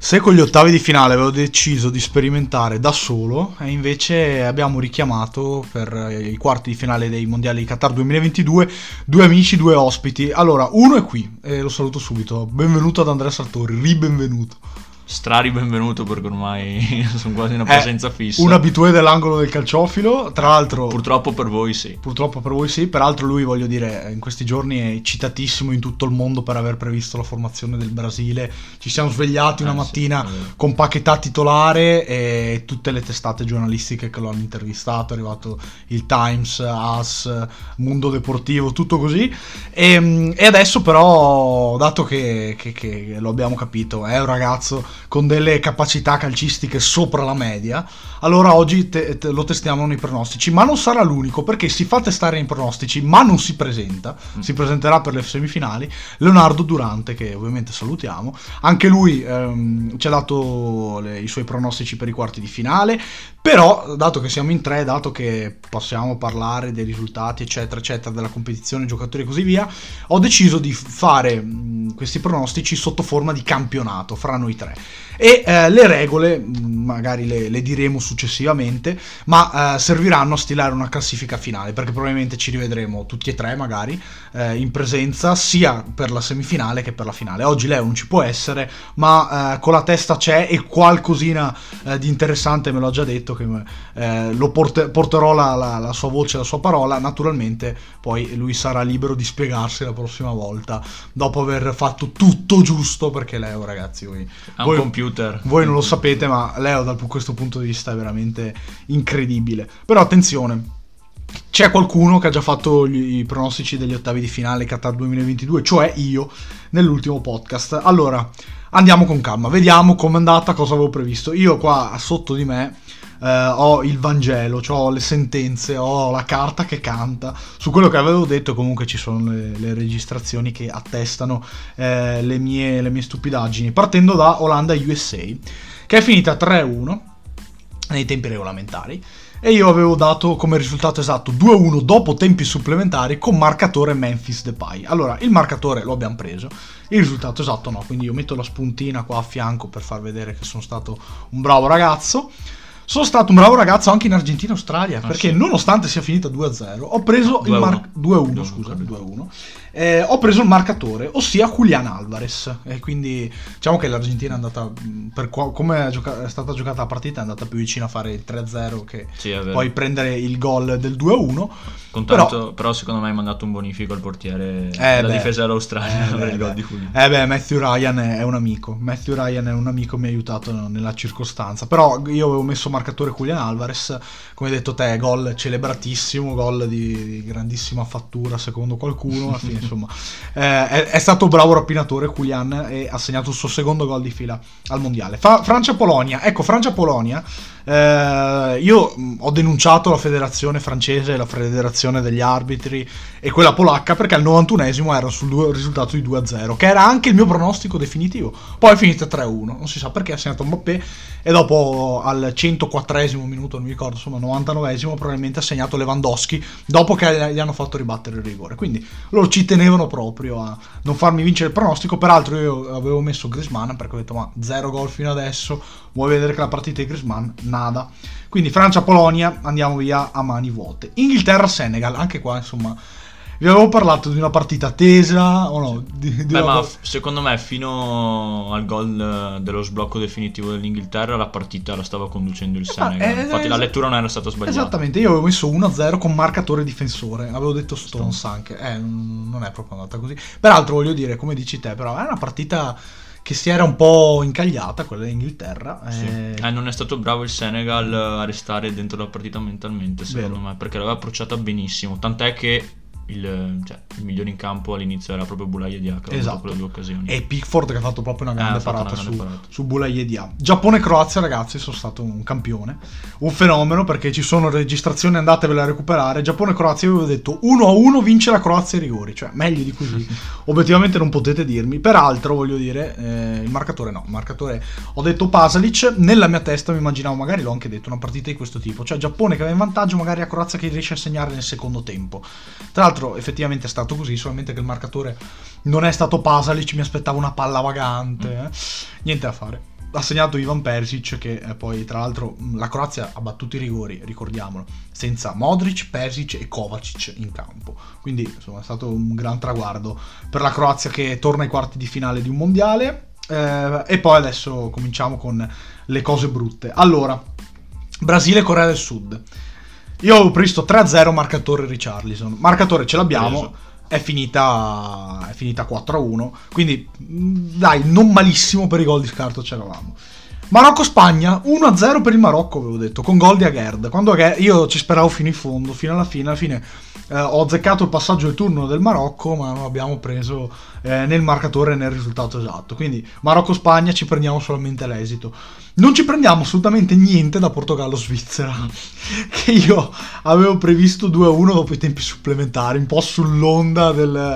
Se con gli ottavi di finale avevo deciso di sperimentare da solo, e invece abbiamo richiamato per i quarti di finale dei mondiali di Qatar 2022 due amici, due ospiti. Allora, uno è qui e lo saluto subito. Benvenuto ad Andrea Sartori, ribenvenuto. Benvenuto, perché ormai sono quasi una presenza fissa. Un abitué dell'angolo del calciofilo, tra l'altro. Purtroppo per voi sì. Peraltro lui, voglio dire, in questi giorni è citatissimo in tutto il mondo per aver previsto la formazione del Brasile. Ci siamo svegliati una mattina con Paquetá titolare e tutte le testate giornalistiche che lo hanno intervistato. È arrivato il Times, AS, Mundo Deportivo, tutto così. E adesso però, dato che lo abbiamo capito, è un ragazzo con delle capacità calcistiche sopra la media, allora oggi lo testiamo nei pronostici, ma non sarà l'unico, perché si fa testare nei pronostici ma non si presenta, si presenterà per le semifinali Leonardo Durante, che ovviamente salutiamo. Anche lui ci ha dato i suoi pronostici per i quarti di finale, però dato che siamo in tre, dato che possiamo parlare dei risultati eccetera eccetera, della competizione, giocatori e così via, ho deciso di fare questi pronostici sotto forma di campionato fra noi tre. E le regole magari le diremo successivamente, ma serviranno a stilare una classifica finale, perché probabilmente ci rivedremo tutti e tre magari in presenza sia per la semifinale che per la finale. Oggi Leo non ci può essere, ma con la testa c'è, e qualcosina di interessante me l'ha già detto, che porterò la sua voce, la sua parola. Naturalmente poi lui sarà libero di spiegarsi la prossima volta, dopo aver fatto tutto giusto, perché Leo, ragazzi, un computer. Voi non lo sapete, ma Leo da questo punto di vista è veramente incredibile. Però attenzione, c'è qualcuno che ha già fatto i pronostici degli ottavi di finale Qatar 2022, cioè io, nell'ultimo podcast. Allora, andiamo con calma, vediamo com'è andata, cosa avevo previsto. Io qua sotto di me ho il Vangelo, ho le sentenze, ho la carta che canta su quello che avevo detto, e comunque ci sono le registrazioni che attestano le mie stupidaggini, partendo da Olanda-USA, che è finita 3-1 nei tempi regolamentari, e io avevo dato come risultato esatto 2-1 dopo tempi supplementari con marcatore Memphis Depay. Allora, il marcatore lo abbiamo preso, il risultato esatto no, quindi io metto la spuntina qua a fianco per far vedere che sono stato un bravo ragazzo. Sono stato un bravo ragazzo anche in Argentina e Australia, perché sì, nonostante sia finita 2-0 ho preso 2-1, ho preso il marcatore, ossia Julián Álvarez, e quindi diciamo che l'Argentina è andata, per come è stata giocata la partita, è andata più vicina a fare il 3-0 che poi prendere il gol del 2-1. Però secondo me hai mandato un bonifico al portiere della difesa dell'Australia per il gol di Julián. Matthew Ryan è un amico, mi ha aiutato nella circostanza. Però io avevo messo marcatore Julián Álvarez, come hai detto te, gol celebratissimo, gol di grandissima fattura secondo qualcuno. Alla fine insomma è stato bravo rapinatore Julián, e ha segnato il suo secondo gol di fila al mondiale. Francia-Polonia, io ho denunciato la federazione francese, la federazione degli arbitri e quella polacca, perché al 91esimo era sul risultato di 2-0, che era anche il mio pronostico definitivo. Poi è finita 3-1, non si sa perché, ha segnato Mbappé, e dopo al 104esimo minuto, non mi ricordo, insomma 99esimo, probabilmente ha segnato Lewandowski, dopo che gli hanno fatto ribattere il rigore. Quindi loro ci tenevano proprio a non farmi vincere il pronostico. Peraltro io avevo messo Griezmann, perché ho detto ma 0 gol fino adesso, vuoi vedere che la partita di Griezmann? Nada. Quindi Francia-Polonia, andiamo via a mani vuote. Inghilterra-Senegal, anche qua insomma vi avevo parlato di una partita tesa o no? Ma secondo me fino al gol dello sblocco definitivo dell'Inghilterra la partita la stava conducendo il Senegal. Infatti la lettura non era stata sbagliata. Esattamente, io avevo messo 1-0 con marcatore difensore, avevo detto Stones anche, non è proprio andata così. Peraltro voglio dire, come dici te, però è una partita che si era un po' incagliata, quella dell'Inghilterra. Sì. Non è stato bravo il Senegal a restare dentro la partita mentalmente, secondo me, perché l'aveva approcciata benissimo, tant'è che il migliore in campo all'inizio era proprio Boulaye Dia, che esatto, quelle due occasioni, e Pickford che ha fatto proprio una grande parata su Boulaye Dia. Giappone-Croazia, ragazzi, sono stato un campione, un fenomeno, perché ci sono registrazioni, andatevele a recuperare. Giappone-Croazia, io avevo detto 1-1 vince la Croazia ai rigori, cioè meglio di così obiettivamente non potete dirmi. Peraltro voglio dire, il marcatore ho detto Pasalic, nella mia testa mi immaginavo, magari l'ho anche detto, una partita di questo tipo, cioè Giappone che va in vantaggio, magari a Croazia che riesce a segnare nel secondo tempo. Tra l'altro effettivamente è stato così, solamente che il marcatore non è stato Pasalic, mi aspettavo una palla vagante, niente da fare. ha segnato Ivan Perisic, che poi tra l'altro la Croazia ha battuto i rigori, ricordiamolo, senza Modric, Perisic e Kovacic in campo, quindi insomma è stato un gran traguardo per la Croazia, che torna ai quarti di finale di un mondiale. E poi adesso cominciamo con le cose brutte. Allora, Brasile e Corea del Sud. Io avevo previsto 3-0 marcatore Richarlison, marcatore ce l'abbiamo, è finita 4-1, quindi dai, non malissimo per i gol di scarto c'eravamo. Marocco-Spagna 1-0 per il Marocco, avevo detto, con gol di Aguerd. Quando io ci speravo fino in fondo, fino alla fine ho azzeccato il passaggio del turno del Marocco, ma non abbiamo preso nel marcatore e nel risultato esatto. Quindi Marocco-Spagna ci prendiamo solamente l'esito. Non ci prendiamo assolutamente niente da Portogallo-Svizzera, che io avevo previsto 2-1 dopo i tempi supplementari, un po' sull'onda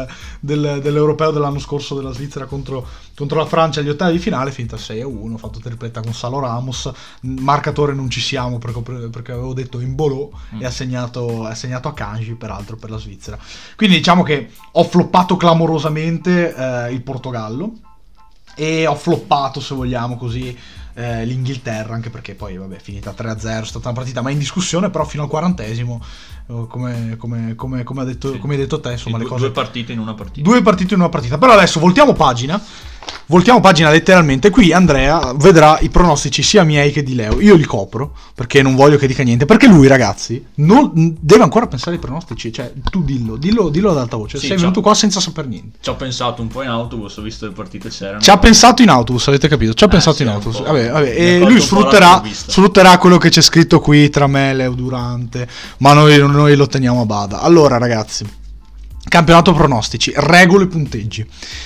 dell'Europeo dell'anno scorso della Svizzera contro la Francia agli ottavi di finale, finita 6-1, ho fatto tripletta con Salo Ramos, marcatore non ci siamo perché avevo detto Embolo e ha segnato a Kanji, peraltro, per la Svizzera. Quindi diciamo che ho floppato clamorosamente il Portogallo e ho floppato, se vogliamo così, l'Inghilterra, anche perché poi vabbè, finita 3-0, è stata una partita mai in discussione, però fino al 40esimo, come hai detto te, insomma, sì, le cose, due partite in una partita. Due partite in una partita. Però adesso voltiamo pagina letteralmente. Qui Andrea vedrà i pronostici sia miei che di Leo. Io li copro perché non voglio che dica niente, perché lui, ragazzi, non deve ancora pensare ai pronostici. Cioè, tu dillo ad alta voce. Sei venuto qua senza saper niente. Ci ho pensato un po' in autobus, ho visto le partite c'erano. Ci ha pensato in autobus, avete capito? Ci ha pensato in autobus. Vabbè. E lui sfrutterà quello che c'è scritto qui tra me e Leo Durante, ma noi lo teniamo a bada. Allora, ragazzi, campionato pronostici, regole e punteggi.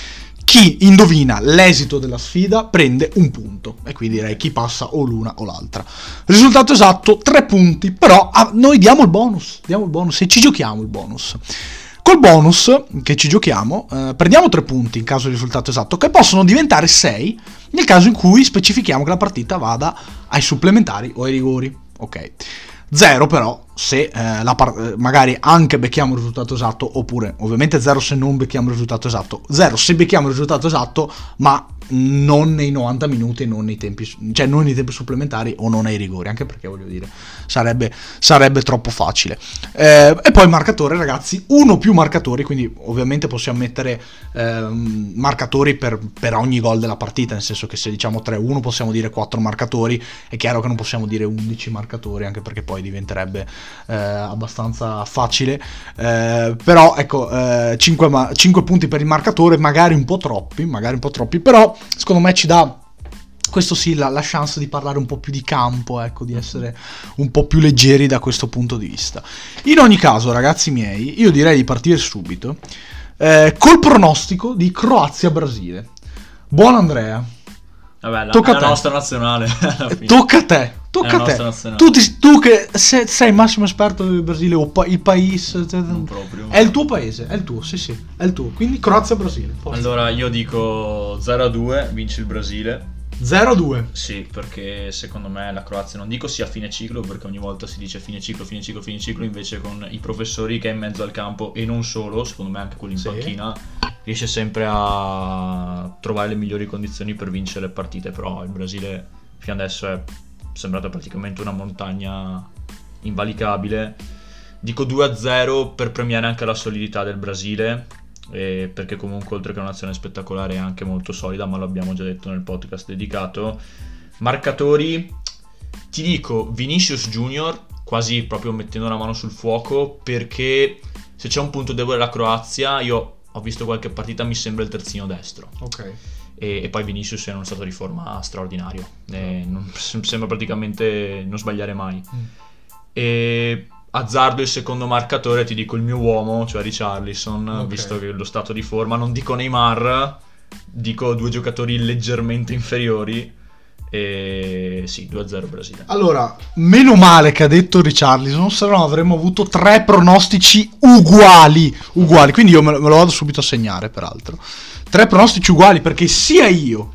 Chi indovina l'esito della sfida prende un punto, e qui direi chi passa o l'una o l'altra. Risultato esatto 3 punti, però noi diamo il bonus e ci giochiamo il bonus. Col bonus che ci giochiamo prendiamo 3 punti in caso di risultato esatto, che possono diventare 6 nel caso in cui specifichiamo che la partita vada ai supplementari o ai rigori. Ok. 0 però se magari anche becchiamo il risultato esatto, oppure ovviamente 0 se non becchiamo il risultato esatto, 0 se becchiamo il risultato esatto ma non nei 90 minuti, non nei tempi supplementari o non ai rigori, anche perché voglio dire sarebbe troppo facile. E poi il marcatore, ragazzi, uno più marcatori, quindi ovviamente possiamo mettere marcatori per ogni gol della partita, nel senso che se diciamo 3-1 possiamo dire 4 marcatori, è chiaro che non possiamo dire 11 marcatori, anche perché poi diventerebbe abbastanza facile, però ecco, 5 punti per il marcatore, magari un po' troppi, però secondo me ci dà, questo sì, la chance di parlare un po' più di campo, ecco, di essere un po' più leggeri da questo punto di vista. In ogni caso, ragazzi miei, io direi di partire subito col pronostico di Croazia-Brasile. Buon Andrea. Vabbè, la nostra nazionale. Tocca a te. Tu che sei il massimo esperto del Brasile, o il paese, non proprio. È il tuo paese, è il tuo, sì, è il tuo. Quindi Croazia-Brasile. Forza. Allora io dico 0-2, vince il Brasile. 0-2. Sì, perché secondo me la Croazia, non dico sia fine ciclo, perché ogni volta si dice fine ciclo, invece con i professori che è in mezzo al campo, e non solo, secondo me anche quelli in panchina, riesce sempre a trovare le migliori condizioni per vincere le partite. Però il Brasile fino adesso è sembrata praticamente una montagna invalicabile. Dico 2-0 per premiare anche la solidità del Brasile, perché comunque oltre che una nazione spettacolare è anche molto solida, ma lo abbiamo già detto nel podcast dedicato. Marcatori, ti dico Vinicius Junior, quasi proprio mettendo la mano sul fuoco, perché se c'è un punto debole della Croazia, io ho visto qualche partita, mi sembra il terzino destro. Ok. E poi Vinicius è in uno stato di forma straordinario, sembra praticamente non sbagliare mai. E azzardo il secondo marcatore, ti dico il mio uomo, cioè Richarlison, visto che lo stato di forma, non dico Neymar, dico 2 giocatori leggermente inferiori. E sì, 2-0 Brasile. Allora, meno male che ha detto Richarlison, se no avremmo avuto 3 pronostici uguali. Quindi io me lo vado subito a segnare, peraltro. 3 pronostici uguali, perché sia io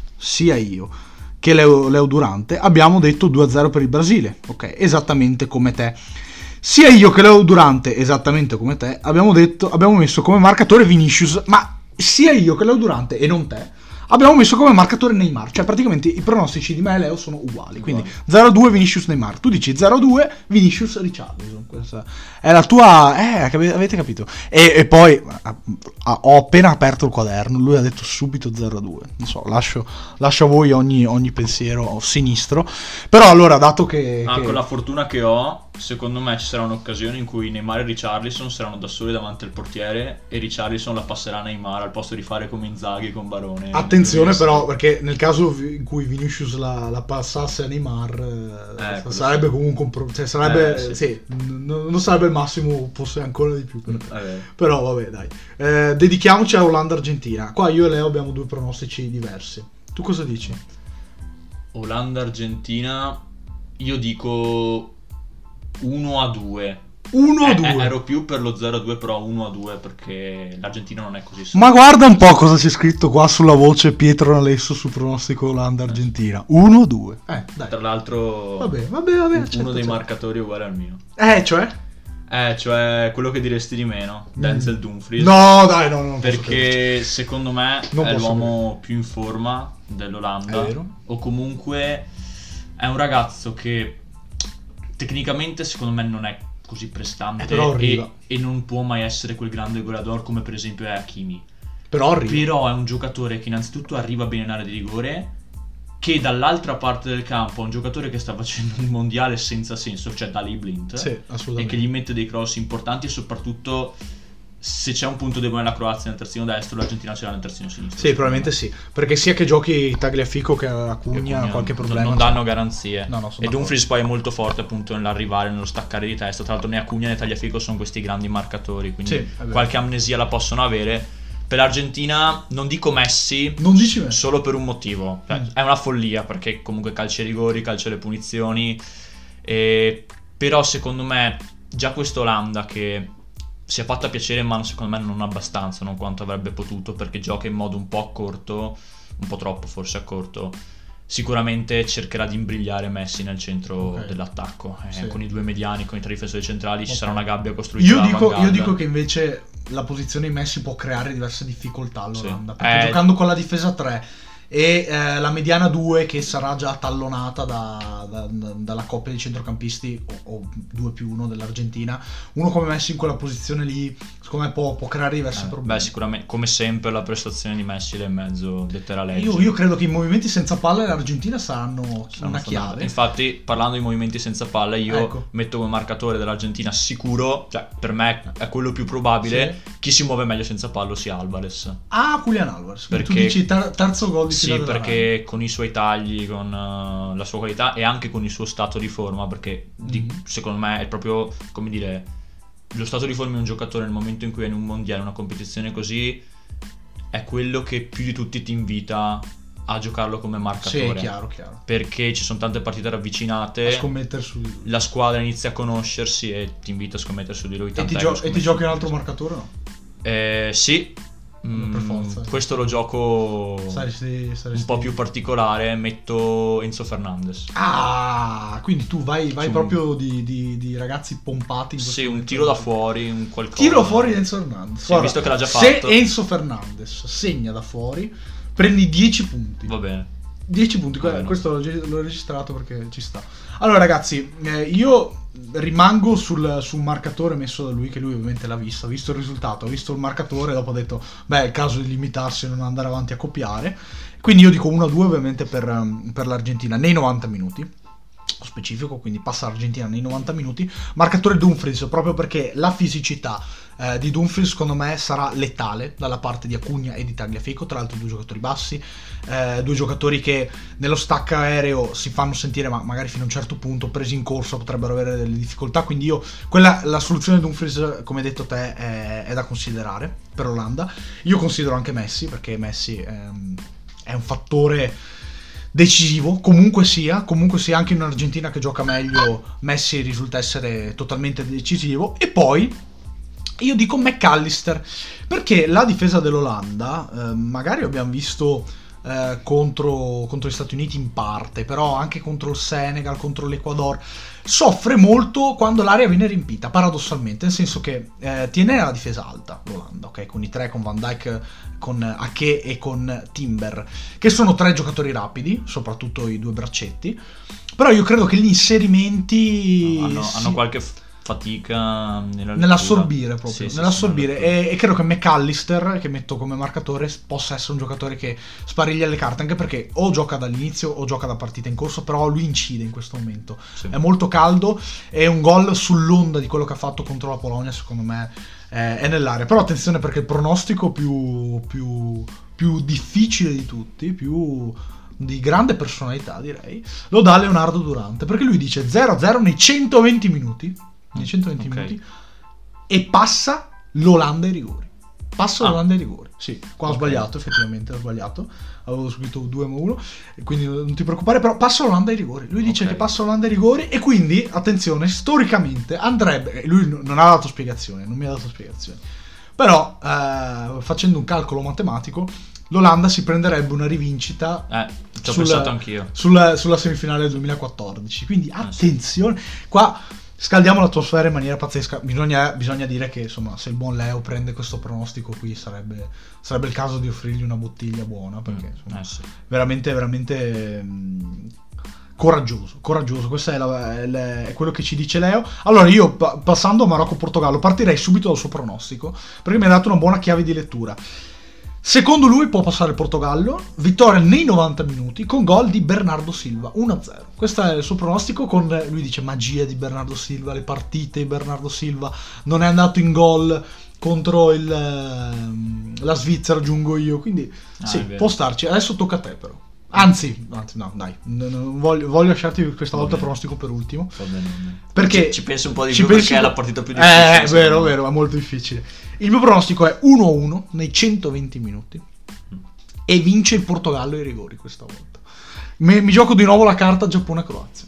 che Leo Durante abbiamo detto 2-0 per il Brasile, ok, esattamente come te. Sia io che Leo Durante, esattamente come te, abbiamo messo come marcatore Vinicius, ma sia io che Leo Durante, e non te, abbiamo messo come marcatore Neymar, cioè praticamente i pronostici di me e Leo sono uguali, quindi 0-2 Vinicius Neymar, tu dici 0-2 Vinicius Richarlison, questa è la tua, avete capito? E poi ho appena aperto il quaderno, lui ha detto subito 0-2, non so, lascio a voi ogni pensiero sinistro, però allora dato che con la fortuna che ho, secondo me ci sarà un'occasione in cui Neymar e Richarlison saranno da soli davanti al portiere e Richarlison la passerà a Neymar al posto di fare come Inzaghi con Barone. Attenzione però, perché nel caso in cui Vinicius la passasse a Neymar sarebbe comunque sarebbe sì, non sarebbe il massimo, forse ancora di più però vabbè dai, dedichiamoci a Olanda-Argentina. Qua io e Leo abbiamo due pronostici diversi, tu cosa dici? Olanda-Argentina, io dico 1-2. 1-2. Ero più per lo 0-2, però 1-2 perché l'Argentina non è così sana. Ma guarda un po' cosa c'è scritto qua sulla voce Pietro Nalesso su pronostico Olanda-Argentina. 1-2. Dai. Tra l'altro vabbè, uno dei marcatori è uguale al mio. Cioè quello che diresti di meno, Denzel Dumfries. No, dai, no, perché secondo me è l'uomo più in forma dell'Olanda. È vero. O comunque è un ragazzo che tecnicamente secondo me non è così prestante e non può mai essere quel grande goleador come per esempio è Hakimi. Però è un giocatore che innanzitutto arriva bene in area di rigore, che dall'altra parte del campo è un giocatore che sta facendo un mondiale senza senso, cioè Daley Blind, e che gli mette dei cross importanti e soprattutto se c'è un punto debole nella Croazia nel terzino destro, l'Argentina ce l'ha nel terzino sinistro. Sì, probabilmente sì, perché sia che giochi Tagliafico che Acuna qualche problema non danno garanzie. No, e Dumfries poi è molto forte appunto nell'arrivare, nello staccare di testa. Tra l'altro né Acuna né Tagliafico sono questi grandi marcatori, quindi qualche amnesia la possono avere. Per l'Argentina non dico Messi, non dici Messi solo per un motivo, è una follia perché comunque calcia i rigori, calcia le punizioni, però secondo me già questa Olanda che si è fatta piacere ma secondo me non abbastanza, non quanto avrebbe potuto, perché gioca in modo un po' corto, un po' troppo forse a corto. Sicuramente cercherà di imbrigliare Messi nel centro dell'attacco, con i due mediani, con i tre difensori centrali ci sarà una gabbia costruita. Io dico che invece la posizione di Messi può creare diverse difficoltà all'Olanda, perché giocando con la difesa 3 e la mediana 2 che sarà già tallonata dalla coppia di centrocampisti o 2+1 dell'Argentina, uno come Messi in quella posizione lì secondo me può creare diversi problemi. Beh, sicuramente come sempre la prestazione di Messi è in mezzo detterà legge. Io credo che i movimenti senza palla dell'Argentina saranno una chiave. Infatti, parlando di movimenti senza palla, io metto come marcatore dell'Argentina sicuro, cioè per me è quello più probabile, chi si muove meglio senza palla sia Alvarez. Julian Alvarez, perché tu dici terzo gol di sì, perché con i suoi tagli, con la sua qualità e anche con il suo stato di forma, perché secondo me è proprio, come dire, lo stato di forma di un giocatore nel momento in cui è in un mondiale, una competizione così, è quello che più di tutti ti invita a giocarlo come marcatore. Sì, chiaro. Perché ci sono tante partite ravvicinate, a scommettere su di lui. La squadra inizia a conoscersi e ti invita a scommettere su di lui. E ti giochi un altro marcatore, no? Sì. Per forza. Questo lo gioco un po' più particolare, metto Enzo Fernandez. Quindi tu vai proprio di ragazzi pompati in sì, un tiro da fuori, un qualcosa. Tiro fuori Enzo Fernandez. Sì, visto che l'ha già se fatto. Se Enzo Fernandez segna da fuori, prendi 10 punti. Va bene. 10 punti, questo l'ho registrato perché ci sta. Allora ragazzi, io rimango sul marcatore messo da lui, che lui ovviamente l'ha visto, ha visto il risultato, ha visto il marcatore, dopo ha detto beh è il caso di limitarsi e non andare avanti a copiare, quindi io dico 1-2 ovviamente per l'Argentina nei 90 minuti specifico, quindi passa l'Argentina nei 90 minuti. Marcatore Dumfries, proprio perché la fisicità di Dumfries secondo me sarà letale dalla parte di Acuna e di Tagliafico, tra l'altro due giocatori bassi, due giocatori che nello stacco aereo si fanno sentire ma magari fino a un certo punto, presi in corsa potrebbero avere delle difficoltà, quindi la soluzione Dumfries, come hai detto te, è da considerare per l'Olanda. Io considero anche Messi, perché Messi è un fattore decisivo, comunque sia anche in un'Argentina che gioca meglio Messi risulta essere totalmente decisivo. E poi io dico McAllister, perché la difesa dell'Olanda magari abbiamo visto contro gli Stati Uniti in parte, però anche contro il Senegal, contro l'Ecuador, soffre molto quando l'area viene riempita, paradossalmente, nel senso che tiene la difesa alta l'Olanda, ok, con i tre, con Van Dijk, con Ake e con Timber, che sono tre giocatori rapidi, soprattutto i due braccetti, però io credo che gli inserimenti hanno qualche fatica nell'assorbire proprio, sì, nell'assorbire, e credo che McAllister, che metto come marcatore, possa essere un giocatore che spariglia le carte, anche perché o gioca dall'inizio o gioca da partita in corso, però lui incide in questo momento, è molto caldo, e un gol sull'onda di quello che ha fatto contro la Polonia secondo me è nell'area. Però attenzione, perché il pronostico più difficile di tutti, più di grande personalità direi, lo dà Leonardo Durante, perché lui dice 0-0 nei 120 minuti, minuti, e passa l'Olanda ai rigori. L'Olanda ai rigori. Sì, qua ho sbagliato, effettivamente ho sbagliato. Avevo scritto 2-1, quindi non ti preoccupare, però passa l'Olanda ai rigori. Lui dice che passa l'Olanda ai rigori, e quindi, attenzione, storicamente andrebbe, lui non ha dato spiegazione, non mi ha dato spiegazioni, però facendo un calcolo matematico, l'Olanda si prenderebbe una rivincita ci ho pensato anch'io sulla semifinale del 2014, quindi attenzione, qua scaldiamo l'atmosfera in maniera pazzesca. Bisogna dire che insomma, se il buon Leo prende questo pronostico qui, sarebbe il caso di offrirgli una bottiglia buona, perché insomma, veramente coraggioso. Questo è quello che ci dice Leo. Allora io, passando a Marocco-Portogallo, partirei subito dal suo pronostico, perché mi ha dato una buona chiave di lettura. Secondo lui può passare il Portogallo, vittoria nei 90 minuti con gol di Bernardo Silva, 1-0. Questo è il suo pronostico, lui dice magia di Bernardo Silva, le partite di Bernardo Silva, non è andato in gol contro la Svizzera, aggiungo io, quindi sì, può starci. Adesso tocca a te però. Anzi, no, dai, non voglio lasciarti questa volta il pronostico per ultimo. Va bene. Perché ci penso un po' di più, perché è la partita più difficile. È vero, è molto difficile. Il mio pronostico è 1-1 nei 120 minuti e vince il Portogallo ai rigori questa volta. Mi gioco di nuovo la carta Giappone-Croazia.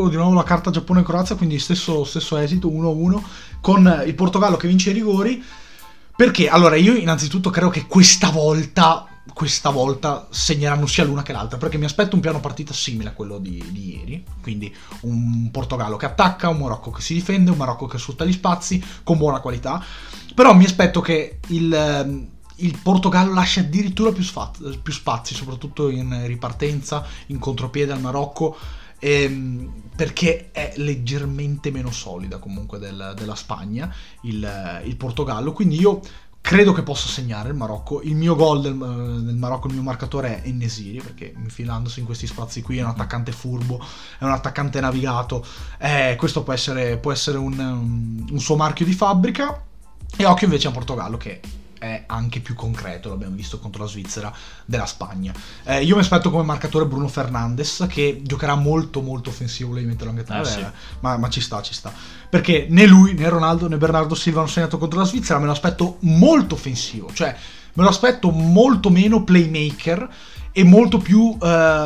Quindi stesso esito, 1-1, con il Portogallo che vince ai rigori. Perché? Allora, io innanzitutto credo che questa volta segneranno sia l'una che l'altra, perché mi aspetto un piano partita simile a quello di ieri, quindi un Portogallo che attacca, un Marocco che si difende, un Marocco che sfrutta gli spazi con buona qualità. Però mi aspetto che il Portogallo lasci addirittura più spazi, soprattutto in ripartenza, in contropiede al Marocco, perché è leggermente meno solida comunque della Spagna il Portogallo. Quindi io credo che possa segnare il Marocco. Il mio gol del Marocco, il mio marcatore è En-Nesyri, perché infilandosi in questi spazi qui è un attaccante furbo, è un attaccante navigato, questo può essere un suo marchio di fabbrica. E occhio invece a Portogallo, che è anche più concreto, l'abbiamo visto contro la Svizzera, della Spagna. Io mi aspetto come marcatore Bruno Fernandes, che giocherà molto molto offensivo, devi metterlo anche te, sì. ma ci sta, perché né lui, né Ronaldo, né Bernardo Silva hanno segnato contro la Svizzera. Me lo aspetto molto offensivo, cioè me lo aspetto molto meno playmaker e molto più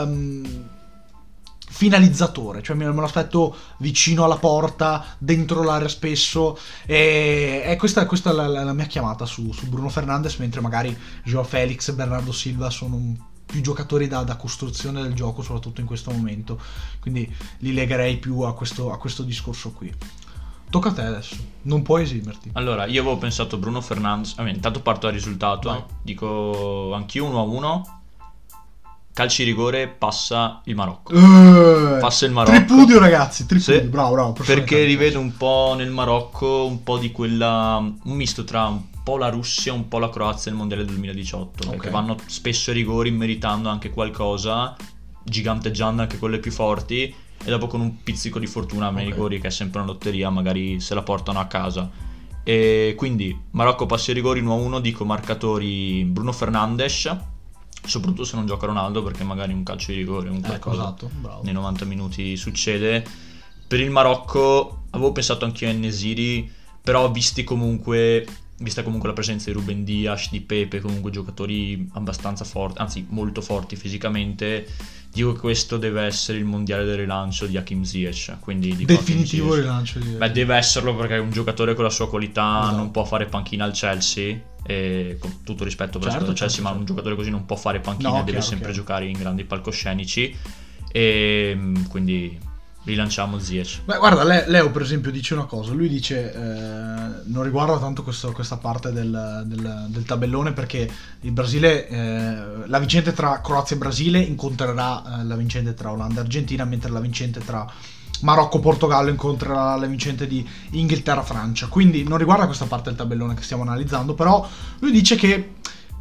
finalizzatore, cioè me lo aspetto vicino alla porta, dentro l'area spesso, e questa è la mia chiamata su Bruno Fernandes, mentre magari Joao Felix e Bernardo Silva sono più giocatori da costruzione del gioco, soprattutto in questo momento, quindi li legherei più a questo discorso qui. Tocca a te adesso, non puoi esimerti. Allora, io avevo pensato Bruno Fernandes, intanto parto dal risultato. Vai. Dico anch'io 1-1. Calci rigore, passa il Marocco. Passa il Marocco. Tripudio, ragazzi, tripudio. Sì, bravo. Perché rivedo un po' nel Marocco un po' di un misto tra un po' la Russia, un po' la Croazia nel Mondiale del 2018. Perché vanno spesso ai rigori, meritando anche qualcosa, giganteggiando anche quelle più forti, e dopo con un pizzico di fortuna nei rigori, che è sempre una lotteria, magari se la portano a casa. E quindi Marocco passa ai rigori 1-1, dico marcatori Bruno Fernandes, soprattutto se non gioca Ronaldo, perché magari un calcio di rigore, un qualcosa nei 90 minuti succede. Per il Marocco avevo pensato anch'io a En-Nesyri, però vista comunque la presenza di Ruben Dias, di Pepe, comunque giocatori abbastanza forti, anzi molto forti fisicamente, dico che questo deve essere il mondiale del rilancio di Hakim Ziyech, quindi definitivo rilancio deve esserlo, perché un giocatore con la sua qualità non può fare panchina al Chelsea, e con tutto rispetto per la squadra Chelsea, ma un giocatore così non può fare panchina, deve sempre giocare in grandi palcoscenici, e quindi rilanciamo Ziyech. Beh, guarda, Leo per esempio dice una cosa, lui dice non riguarda tanto questa parte del tabellone, perché il Brasile, la vincente tra Croazia e Brasile incontrerà la vincente tra Olanda e Argentina, mentre la vincente tra Marocco-Portogallo incontrerà la vincente di Inghilterra-Francia, quindi non riguarda questa parte del tabellone che stiamo analizzando, però lui dice che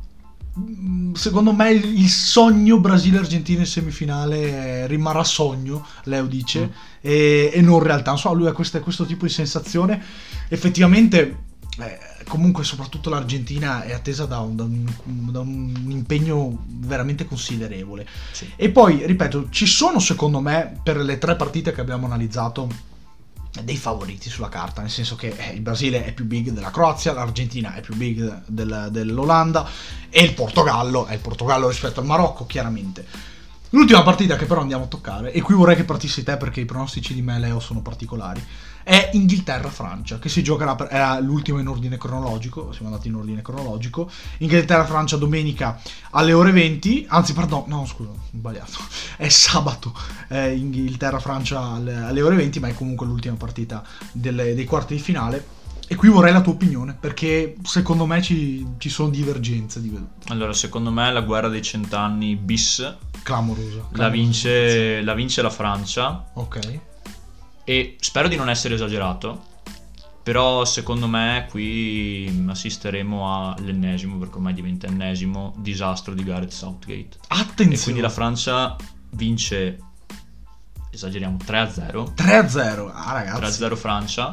secondo me il sogno Brasile-Argentina in semifinale rimarrà sogno, Leo dice, e non realtà. Non so, lui ha questo tipo di sensazione. Effettivamente comunque soprattutto l'Argentina è attesa da un impegno veramente considerevole, sì. E poi ripeto, ci sono secondo me per le 3 partite che abbiamo analizzato dei favoriti sulla carta, nel senso che il Brasile è più big della Croazia, l'Argentina è più big dell'Olanda e il Portogallo è il Portogallo rispetto al Marocco, chiaramente. L'ultima partita che però andiamo a toccare, e qui vorrei che partissi te perché i pronostici di me, Leo, sono particolari, è Inghilterra-Francia, che si giocherà era l'ultima in ordine cronologico, siamo andati in ordine cronologico. Inghilterra-Francia domenica alle ore 20, anzi pardon, no scusa, ho sbagliato, è sabato, Inghilterra-Francia alle ore 20, ma è comunque l'ultima partita dei quarti di finale. E qui vorrei la tua opinione, perché secondo me ci sono divergenze di vedute. Allora, secondo me la guerra dei 100 anni bis clamorosa. La vince la Francia. Ok. E spero di non essere esagerato, però secondo me qui assisteremo all'ennesimo, perché ormai diventa ennesimo, disastro di Gareth Southgate. Attenzione! E quindi la Francia vince, esageriamo, 3-0. 3-0, ragazzi. 3-0 Francia,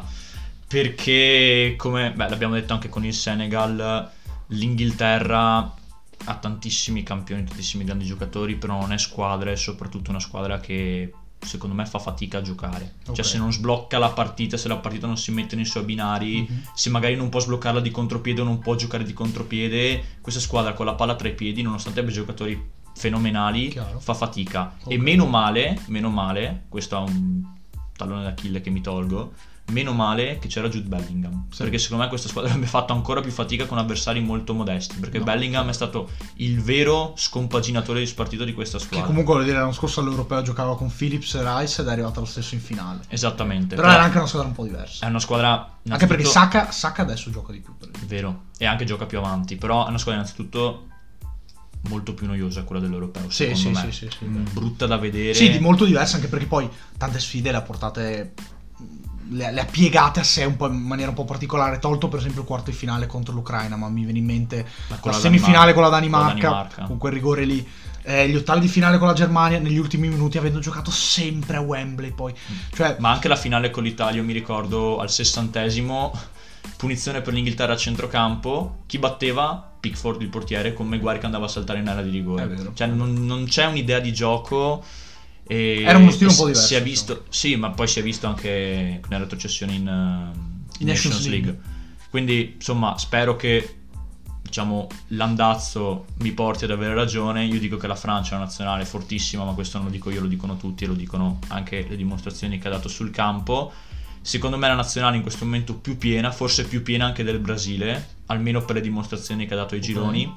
perché come l'abbiamo detto anche con il Senegal, l'Inghilterra ha tantissimi campioni, tantissimi grandi giocatori, però non è squadra, è soprattutto una squadra che secondo me fa fatica a giocare. Okay. Cioè se non sblocca la partita, se la partita non si mette nei suoi binari, se magari non può sbloccarla di contropiede o non può giocare di contropiede, questa squadra con la palla tra i piedi, nonostante abbia giocatori fenomenali, chiaro, fa fatica. Okay. E meno male, questo è un tallone d'Achille che mi tolgo, meno male che c'era Jude Bellingham, sì, perché secondo me questa squadra avrebbe fatto ancora più fatica con avversari molto modesti, perché Bellingham è stato il vero scompaginatore di spartito di questa squadra, che comunque vuol dire l'anno scorso all'Europeo giocava con Phillips e Rice ed è arrivato lo stesso in finale. Esattamente, però era anche una squadra un po' diversa, è una squadra anche perché Saka adesso gioca di più, vero, e anche gioca più avanti, però è una squadra innanzitutto molto più noiosa quella dell'Europeo, secondo me. Sì, brutta da vedere, sì, molto diversa, anche perché poi tante sfide le ha portate, le ha piegate a sé un po' in maniera un po' particolare, tolto per esempio il quarto di finale contro l'Ucraina, ma mi viene in mente la semifinale con la Danimarca, con quel rigore lì, gli ottavi di finale con la Germania negli ultimi minuti, avendo giocato sempre a Wembley poi, cioè... ma anche la finale con l'Italia, io mi ricordo al 60°, punizione per l'Inghilterra a centrocampo, chi batteva? Pickford, il portiere, con Maguire che andava a saltare in area di rigore, cioè non c'è un'idea di gioco. Era uno stile un po' diverso, si è visto, sì, ma poi si è visto anche nella retrocessione in Nations League. Quindi insomma spero che, diciamo, l'andazzo mi porti ad avere ragione. Io dico che la Francia è una nazionale fortissima, ma questo non lo dico io, lo dicono tutti e lo dicono anche le dimostrazioni che ha dato sul campo. Secondo me la nazionale in questo momento più piena, forse più piena anche del Brasile, almeno per le dimostrazioni che ha dato ai gironi.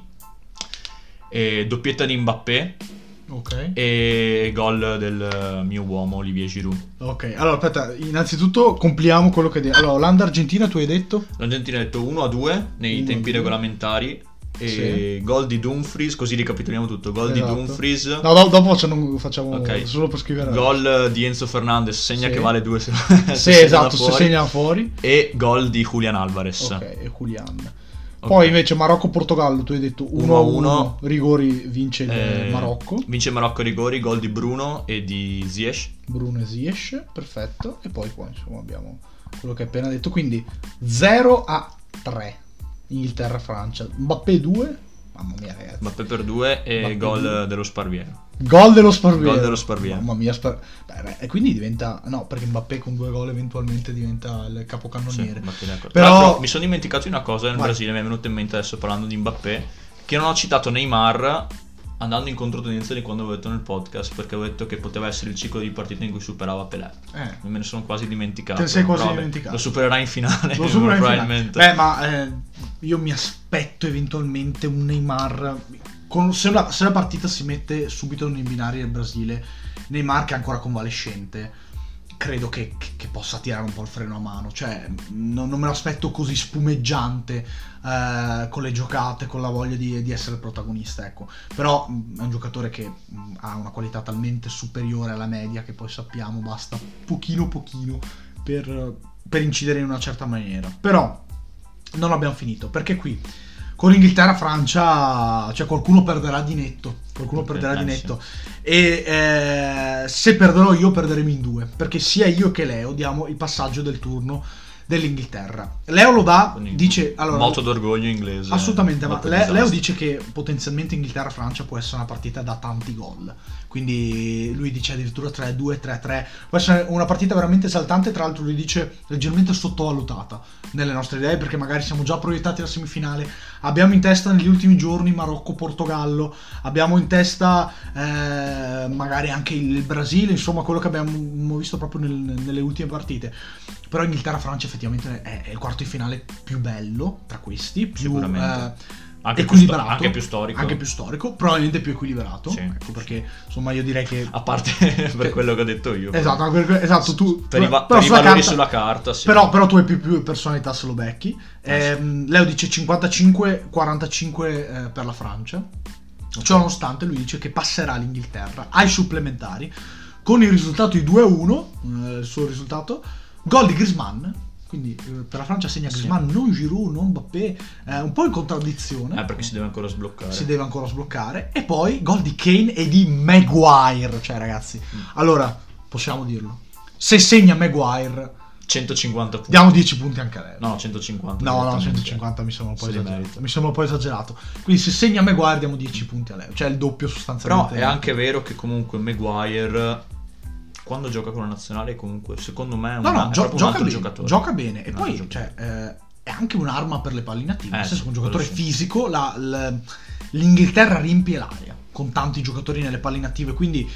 E doppietta di Mbappé. Ok. E gol del mio uomo Olivier Giroud. Ok, allora aspetta, innanzitutto compliamo quello che allora, Olanda-Argentina tu hai detto? L'Argentina ha detto 1-2 nei tempi regolamentari. E gol di Dumfries, così ricapitoliamo tutto. Gol di Dumfries. No, dopo facciamo okay, solo per scrivere. Gol di Enzo Fernandez, segna che vale 2 se sì, esatto, se segna fuori. E gol di Julian Alvarez. Ok, e Julian. Poi invece Marocco-Portogallo, tu hai detto 1-1, rigori, vince il Marocco. Vince il Marocco rigori, gol di Bruno e di Ziyech. Bruno e Ziyech, perfetto. E poi qua insomma abbiamo quello che hai appena detto, quindi 0-3 Inghilterra-Francia. Mbappé 2, mamma mia ragazzi. Mbappé per 2 e Mbappé gol 2. dello Sparviero. Gol dello Sparviero. Gol dello Sparviero. Mamma mia, e quindi diventa, no, perché Mbappé con 2 gol eventualmente diventa il capocannoniere. Sì, però mi sono dimenticato di una cosa nel Brasile, mi è venuto in mente adesso parlando di Mbappé, che non ho citato Neymar, andando in controtendenza di quando avevo detto nel podcast, perché avevo detto che poteva essere il ciclo di partite in cui superava Pelé. Me ne sono quasi dimenticato. Te sei quasi dimenticato. Lo supererà in finale. Lo supererà probabilmente. In finale. Ma io mi aspetto eventualmente un Neymar. Se la partita si mette subito nei binari del Brasile, Neymar che è ancora convalescente, credo che possa tirare un po' il freno a mano, cioè non me lo aspetto così spumeggiante con le giocate, con la voglia di essere protagonista, ecco. Però è un giocatore che ha una qualità talmente superiore alla media che poi sappiamo basta pochino per incidere in una certa maniera. Però non abbiamo finito, perché qui con Inghilterra-Francia, cioè qualcuno perderà di netto. E se perderò io, perderemo in due, perché sia io che Leo diamo il passaggio del turno dell'Inghilterra. Leo lo dà, dice allora, moto d'orgoglio inglese. Assolutamente, ma Leo dice che potenzialmente Inghilterra-Francia può essere una partita da tanti gol. Quindi lui dice addirittura 3-2, 3-3. Può essere una partita veramente esaltante. Tra l'altro lui dice leggermente sottovalutata nelle nostre idee, perché magari siamo già proiettati alla semifinale. Abbiamo in testa negli ultimi giorni Marocco-Portogallo, abbiamo in testa magari anche il Brasile, insomma quello che abbiamo visto proprio nelle ultime partite. Però Inghilterra-Francia effettivamente è il quarto di finale più bello tra questi, più anche equilibrato, anche più storico, probabilmente più equilibrato, sì. Ecco perché insomma io direi che a parte per quello che ho detto io, esatto tu per i valori sulla carta, sì. però tu hai più personalità se lo becchi. Leo dice 55-45 per la Francia. Ciò nonostante lui dice che passerà l'Inghilterra ai supplementari con il risultato di 2-1, il suo risultato, gol di Griezmann. Quindi per la Francia segna Griezmann, non Giroud, non Mbappé, un po' in contraddizione. Perché si deve ancora sbloccare. E poi gol di Kane e di Maguire. Cioè ragazzi, allora possiamo dirlo, se segna Maguire 150 punti. Diamo 10 punti anche a lei. No, 150. No, 150 mi sembra un po' esagerato. Quindi se segna Maguire diamo 10 punti a lei. Cioè il doppio sostanzialmente. Però è anche vero che comunque Maguire, quando gioca con la nazionale, comunque secondo me è un altro giocatore. Gioca bene. E poi cioè, è anche un'arma per le palle inattive. Nel senso che un giocatore fisico, l'Inghilterra riempie l'aria con tanti giocatori nelle palle inattive. Quindi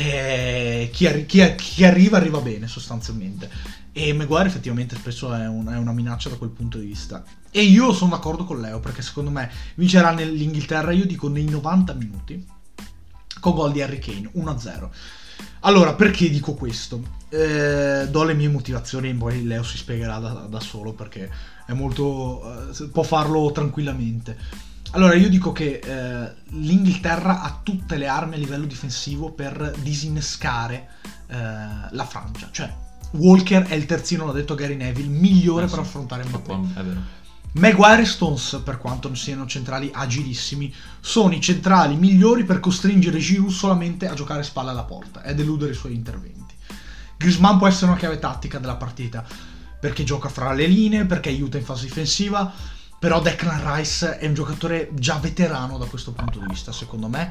chi arriva bene sostanzialmente. E Maguire effettivamente spesso è una minaccia da quel punto di vista. E io sono d'accordo con Leo, perché secondo me vincerà l'Inghilterra, io dico nei 90 minuti, con gol di Harry Kane, 1-0. Allora, perché dico questo? Do le mie motivazioni, poi Leo si spiegherà da solo, perché è molto può farlo tranquillamente. Allora, io dico che l'Inghilterra ha tutte le armi a livello difensivo per disinnescare la Francia. Cioè, Walker è il terzino, l'ha detto Gary Neville, migliore per affrontare Mbappé. È vero. Maguire e Stones, per quanto siano centrali agilissimi, sono i centrali migliori per costringere Giroud solamente a giocare spalle alla porta ed eludere i suoi interventi. Griezmann può essere una chiave tattica della partita, perché gioca fra le linee, perché aiuta in fase difensiva, però Declan Rice è un giocatore già veterano da questo punto di vista, secondo me,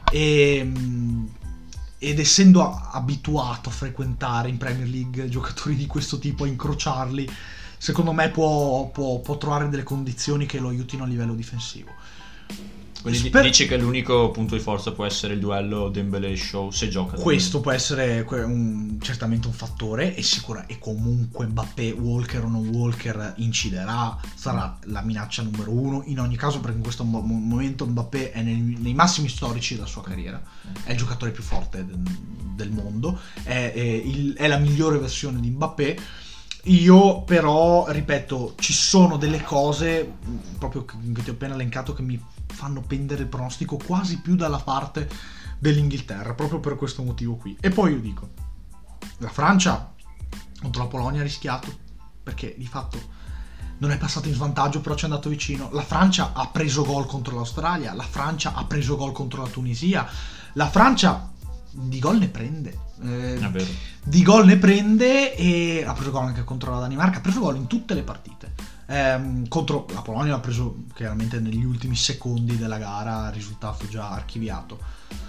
ed essendo abituato a frequentare in Premier League giocatori di questo tipo, a incrociarli, secondo me può trovare delle condizioni che lo aiutino a livello difensivo. Quindi dici che l'unico punto di forza può essere il duello Dembélé-Shaw, se gioca. Questo può essere certamente un fattore, e comunque Mbappé, Walker o non Walker, inciderà, sarà la minaccia numero uno in ogni caso, perché in questo momento Mbappé è nei massimi storici della sua carriera, è il giocatore più forte del mondo, è la migliore versione di Mbappé. Io però, ripeto, ci sono delle cose proprio che ti ho appena elencato che mi fanno pendere il pronostico quasi più dalla parte dell'Inghilterra, proprio per questo motivo qui. E poi io dico, la Francia contro la Polonia ha rischiato, perché di fatto non è passato in svantaggio, però ci è andato vicino. La Francia ha preso gol contro l'Australia, la Francia ha preso gol contro la Tunisia, la Francia di gol ne prende. Di gol ne prende, e ha preso gol anche contro la Danimarca, ha preso gol in tutte le partite. Contro la Polonia l'ha preso chiaramente negli ultimi secondi della gara, risultato già archiviato.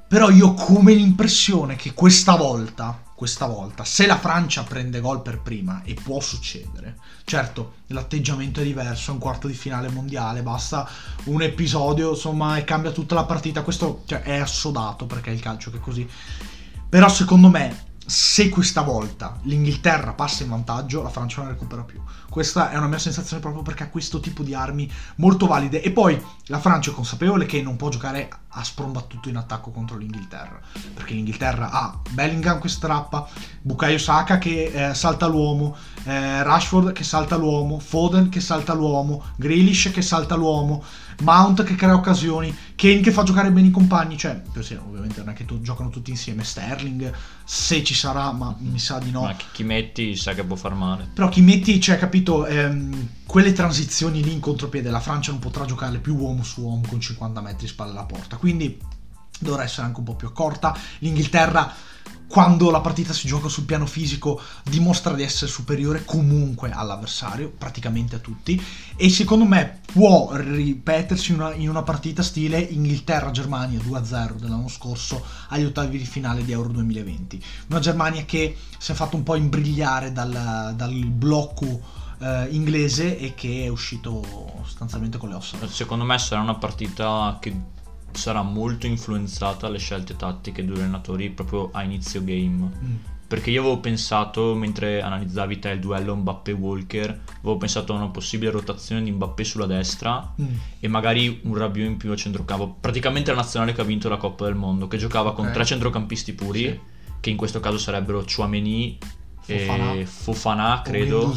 Però io ho come l'impressione che questa volta, se la Francia prende gol per prima, e può succedere, certo l'atteggiamento è diverso, è un quarto di finale mondiale, basta un episodio insomma e cambia tutta la partita, questo cioè, è assodato perché è il calcio che è così, però secondo me se questa volta l'Inghilterra passa in vantaggio, la Francia non recupera più. Questa è una mia sensazione proprio perché ha questo tipo di armi molto valide. E poi la Francia è consapevole che non può giocare a sprombattuto in attacco contro l'Inghilterra, perché l'Inghilterra ha Bellingham che strappa, Bukayo Saka che salta l'uomo, Rashford che salta l'uomo, Foden che salta l'uomo, Grealish che salta l'uomo, Mount che crea occasioni, Kane che fa giocare bene i compagni, cioè ovviamente non è che giocano tutti insieme, Sterling se ci sarà, ma mi sa di no. Ma chi metti sa che può far male. Però chi metti, cioè capito, quelle transizioni lì in contropiede la Francia non potrà giocarle più uomo su uomo con 50 metri spalle alla porta, quindi dovrà essere anche un po' più accorta. L'Inghilterra, quando la partita si gioca sul piano fisico, dimostra di essere superiore comunque all'avversario, praticamente a tutti, e secondo me può ripetersi in una partita stile Inghilterra-Germania 2-0 dell'anno scorso agli ottavi di finale di Euro 2020. Una Germania che si è fatto un po' imbrigliare dal blocco inglese e che è uscito sostanzialmente con le ossa. Secondo me sarà una partita che sarà molto influenzata alle scelte tattiche degli allenatori proprio a inizio game, perché io avevo pensato, mentre analizzavi te il duello Mbappé-Walker, avevo pensato a una possibile rotazione di Mbappé sulla destra e magari un Rabiot in più a centrocampo, praticamente la nazionale che ha vinto la Coppa del Mondo, che giocava con 3 centrocampisti puri, sì, che in questo caso sarebbero Tchouaméni e Fofana, credo,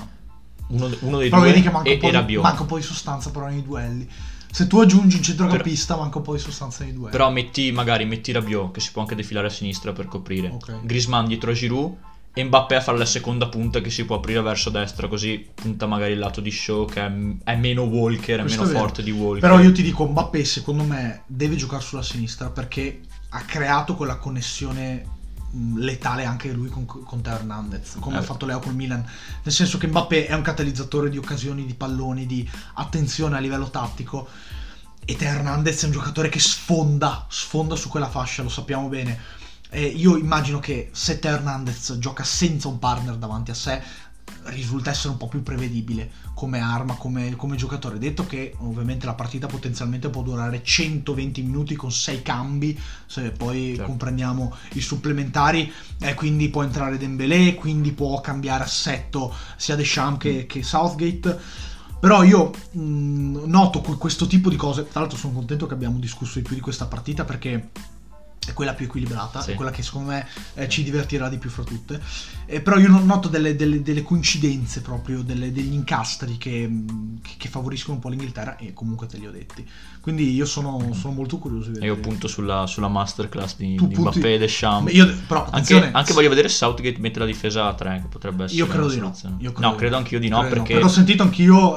uno dei due, e Rabiot. Manca un po' di sostanza però nei duelli. Se tu aggiungi un centrocampista manca un po' di sostanza nei duelli. Però metti Rabiot, che si può anche defilare a sinistra per coprire, Griezmann dietro a Giroud e Mbappé a fare la seconda punta che si può aprire verso destra, così punta magari il lato di Shaw che è meno Walker, questo è meno forte di Walker. Però io ti dico, Mbappé secondo me deve giocare sulla sinistra perché ha creato quella connessione letale anche lui con Teo Hernandez, come ha fatto Leo col Milan, nel senso che Mbappé è un catalizzatore di occasioni, di palloni, di attenzione a livello tattico, e Teo Hernandez è un giocatore che sfonda su quella fascia, lo sappiamo bene. Io immagino che se Teo Hernandez gioca senza un partner davanti a sé risulta essere un po' più prevedibile come arma, come giocatore, detto che ovviamente la partita potenzialmente può durare 120 minuti con 6 cambi, se poi comprendiamo i supplementari, quindi può entrare Dembélé, quindi può cambiare assetto sia Deschamps che Southgate. Però io noto questo tipo di cose. Tra l'altro sono contento che abbiamo discusso di più di questa partita perché è quella più equilibrata, sì, è quella che secondo me ci divertirà di più fra tutte, però io noto delle coincidenze proprio, degli incastri che favoriscono un po' l'Inghilterra, e comunque te li ho detti, quindi io sono molto curioso di vedere. Io punto sulla masterclass di Mbappé e Deschamps. Però anche voglio vedere se Southgate mette la difesa a 3, che potrebbe essere. Io credo di no. Credo anch'io di no, perché ho sentito anch'io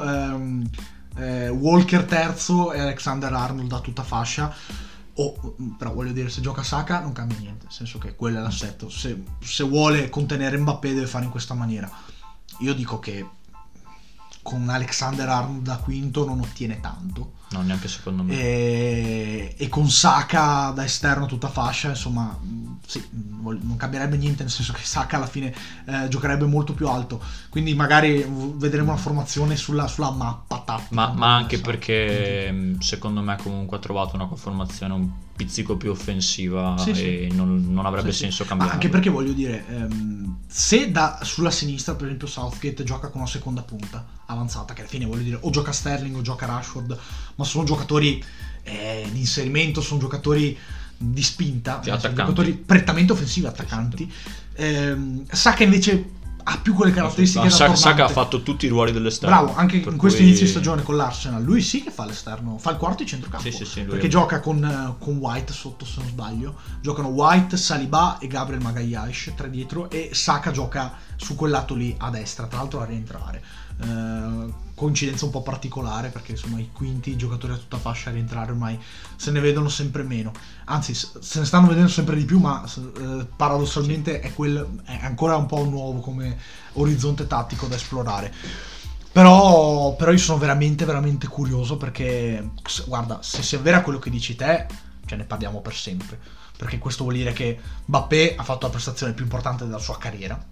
Walker terzo e Alexander Arnold da tutta fascia. Però voglio dire, se gioca Saka non cambia niente, nel senso che quello è l'assetto. Se vuole contenere Mbappé deve fare in questa maniera. Io dico che con Alexander Arnold da quinto non ottiene tanto. No, neanche secondo me. E con Saka da esterno tutta fascia, insomma, sì, non cambierebbe niente, nel senso che Saka alla fine giocherebbe molto più alto. Quindi magari vedremo una formazione sulla mappa tattica. Ma anche perché secondo me comunque ha trovato una conformazione un pizzico più offensiva, e non avrebbe senso cambiare. Ma anche perché voglio dire, se sulla sinistra per esempio Southgate gioca con una seconda punta avanzata, che alla fine voglio dire o gioca Sterling o gioca Rashford, ma sono giocatori di inserimento, sono giocatori di spinta, sono giocatori prettamente offensivi, attaccanti. Saka invece ha più quelle caratteristiche da tornante. Saka ha fatto tutti i ruoli dell'esterno. Bravo, anche in questo inizio di stagione con l'Arsenal lui sì che fa l'esterno, fa il quarto di centrocampo, perché gioca con White sotto, se non sbaglio, giocano White, Saliba e Gabriel Magalhaes 3 dietro, e Saka gioca su quel lato lì a destra, tra l'altro a rientrare. Coincidenza un po' particolare perché insomma i quinti giocatori a tutta fascia a rientrare ormai se ne vedono sempre meno, anzi se ne stanno vedendo sempre di più, ma paradossalmente è ancora un po' nuovo come orizzonte tattico da esplorare. Però io sono veramente veramente curioso perché guarda, se si avvera quello che dici te, cioè ne parliamo per sempre, perché questo vuol dire che Mbappé ha fatto la prestazione più importante della sua carriera,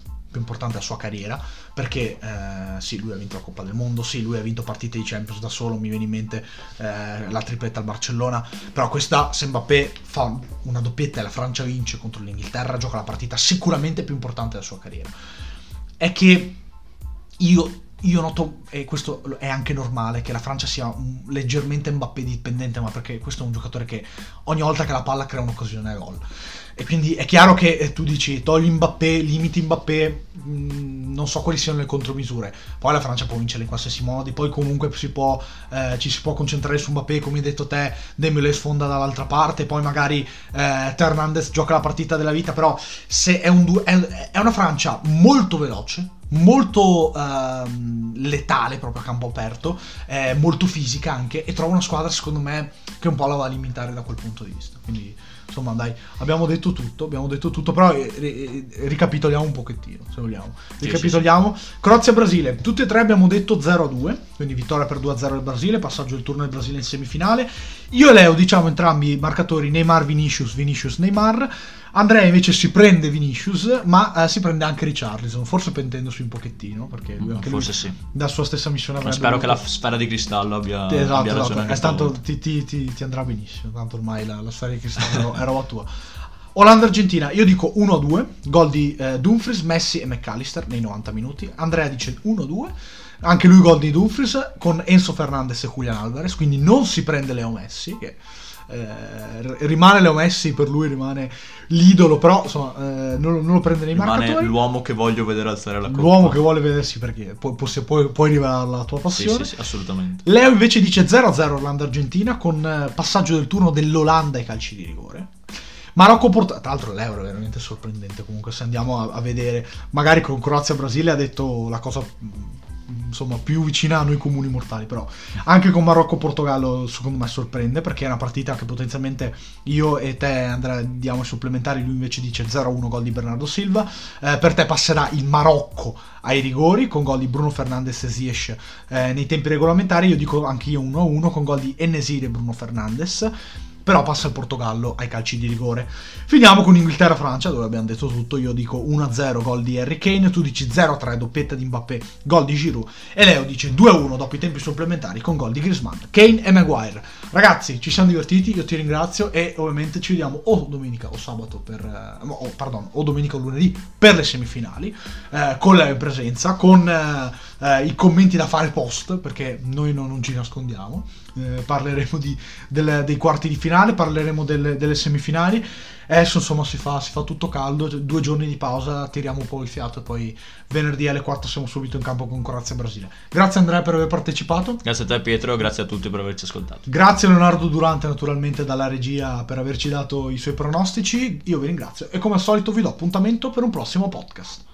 perché sì, lui ha vinto la Coppa del Mondo, sì, lui ha vinto partite di Champions da solo, mi viene in mente la tripletta al Barcellona, però questa, se Mbappé fa una doppietta e la Francia vince contro l'Inghilterra, gioca la partita sicuramente più importante della sua carriera. È che io noto, e questo è anche normale, che la Francia sia leggermente Mbappé dipendente, ma perché questo è un giocatore che ogni volta che la palla crea un'occasione a gol. E quindi è chiaro che tu dici togli Mbappé, limiti Mbappé, non so quali siano le contromisure. Poi la Francia può vincere in qualsiasi modi, poi comunque ci si può concentrare su Mbappé, come hai detto te, Dembélé sfonda dall'altra parte, poi magari Teo Hernandez gioca la partita della vita, però se è una Francia molto veloce, molto letale proprio a campo aperto, molto fisica anche, e trova una squadra secondo me che un po' la va a limitare da quel punto di vista. Quindi insomma dai, abbiamo detto tutto, però ricapitoliamo un pochettino se vogliamo. Ricapitoliamo. Sì. Croazia-Brasile, tutti e tre abbiamo detto 0-2, quindi vittoria per 2-0 del Brasile, passaggio del turno del Brasile in semifinale. Io e Leo diciamo entrambi i marcatori Neymar-Vinicius, Vinicius-Neymar. Andrea invece si prende Vinicius, ma si prende anche Richarlison, forse pentendosi un pochettino, perché lui anche forse lui, sì, da sua stessa missione avrebbe spero voluto... che la sfera di cristallo abbia ragione. Tanto ti andrà benissimo, tanto ormai la sfera di cristallo è roba tua. Olanda-Argentina, io dico 1-2, gol di Dumfries, Messi e McAllister nei 90 minuti. Andrea dice 1-2, anche lui gol di Dumfries con Enzo Fernandez e Julian Alvarez, quindi non si prende Leo Messi, che rimane Leo Messi, per lui rimane l'idolo, però insomma non lo prende nei marcatori. Rimane l'uomo che voglio vedere alzare la coppa, l'uomo che vuole vedersi, perché puoi rivelare la tua passione. Sì, assolutamente. Leo invece dice 0-0 Olanda-Argentina con passaggio del turno dell'Olanda ai calci di rigore. Marocco-Portogallo, tra l'altro l'Euro è veramente sorprendente, comunque se andiamo a vedere, magari con Croazia-Brasile ha detto la cosa insomma più vicina a noi comuni mortali, però anche con Marocco-Portogallo secondo me sorprende, perché è una partita che potenzialmente io e te, Andrea, diamo i supplementari, lui invece dice 0-1 gol di Bernardo Silva. Per te passerà il Marocco ai rigori con gol di Bruno Fernandes e Ziyech nei tempi regolamentari. Io dico anche io 1-1 con gol di En-Nesyri e Bruno Fernandes, però passa il Portogallo ai calci di rigore. Finiamo con Inghilterra-Francia, dove abbiamo detto tutto. Io dico 1-0 gol di Harry Kane, tu dici 0-3 doppietta di Mbappé, gol di Giroud, e Leo dice 2-1 dopo i tempi supplementari con gol di Griezmann, Kane e Maguire. Ragazzi, ci siamo divertiti, io ti ringrazio, e ovviamente ci vediamo o domenica o sabato o domenica o lunedì per le semifinali, con Leo in presenza, con i commenti da fare post, perché noi non ci nascondiamo. Parleremo dei quarti di finale, parleremo delle semifinali. Adesso insomma si fa tutto caldo, 2 giorni di pausa, tiriamo un po' il fiato e poi venerdì alle 4 siamo subito in campo con Croazia-Brasile. Grazie Andrea per aver partecipato. Grazie a te Pietro, grazie a tutti per averci ascoltato. Grazie Leonardo Durante naturalmente dalla regia per averci dato i suoi pronostici. Io vi ringrazio e come al solito vi do appuntamento per un prossimo podcast.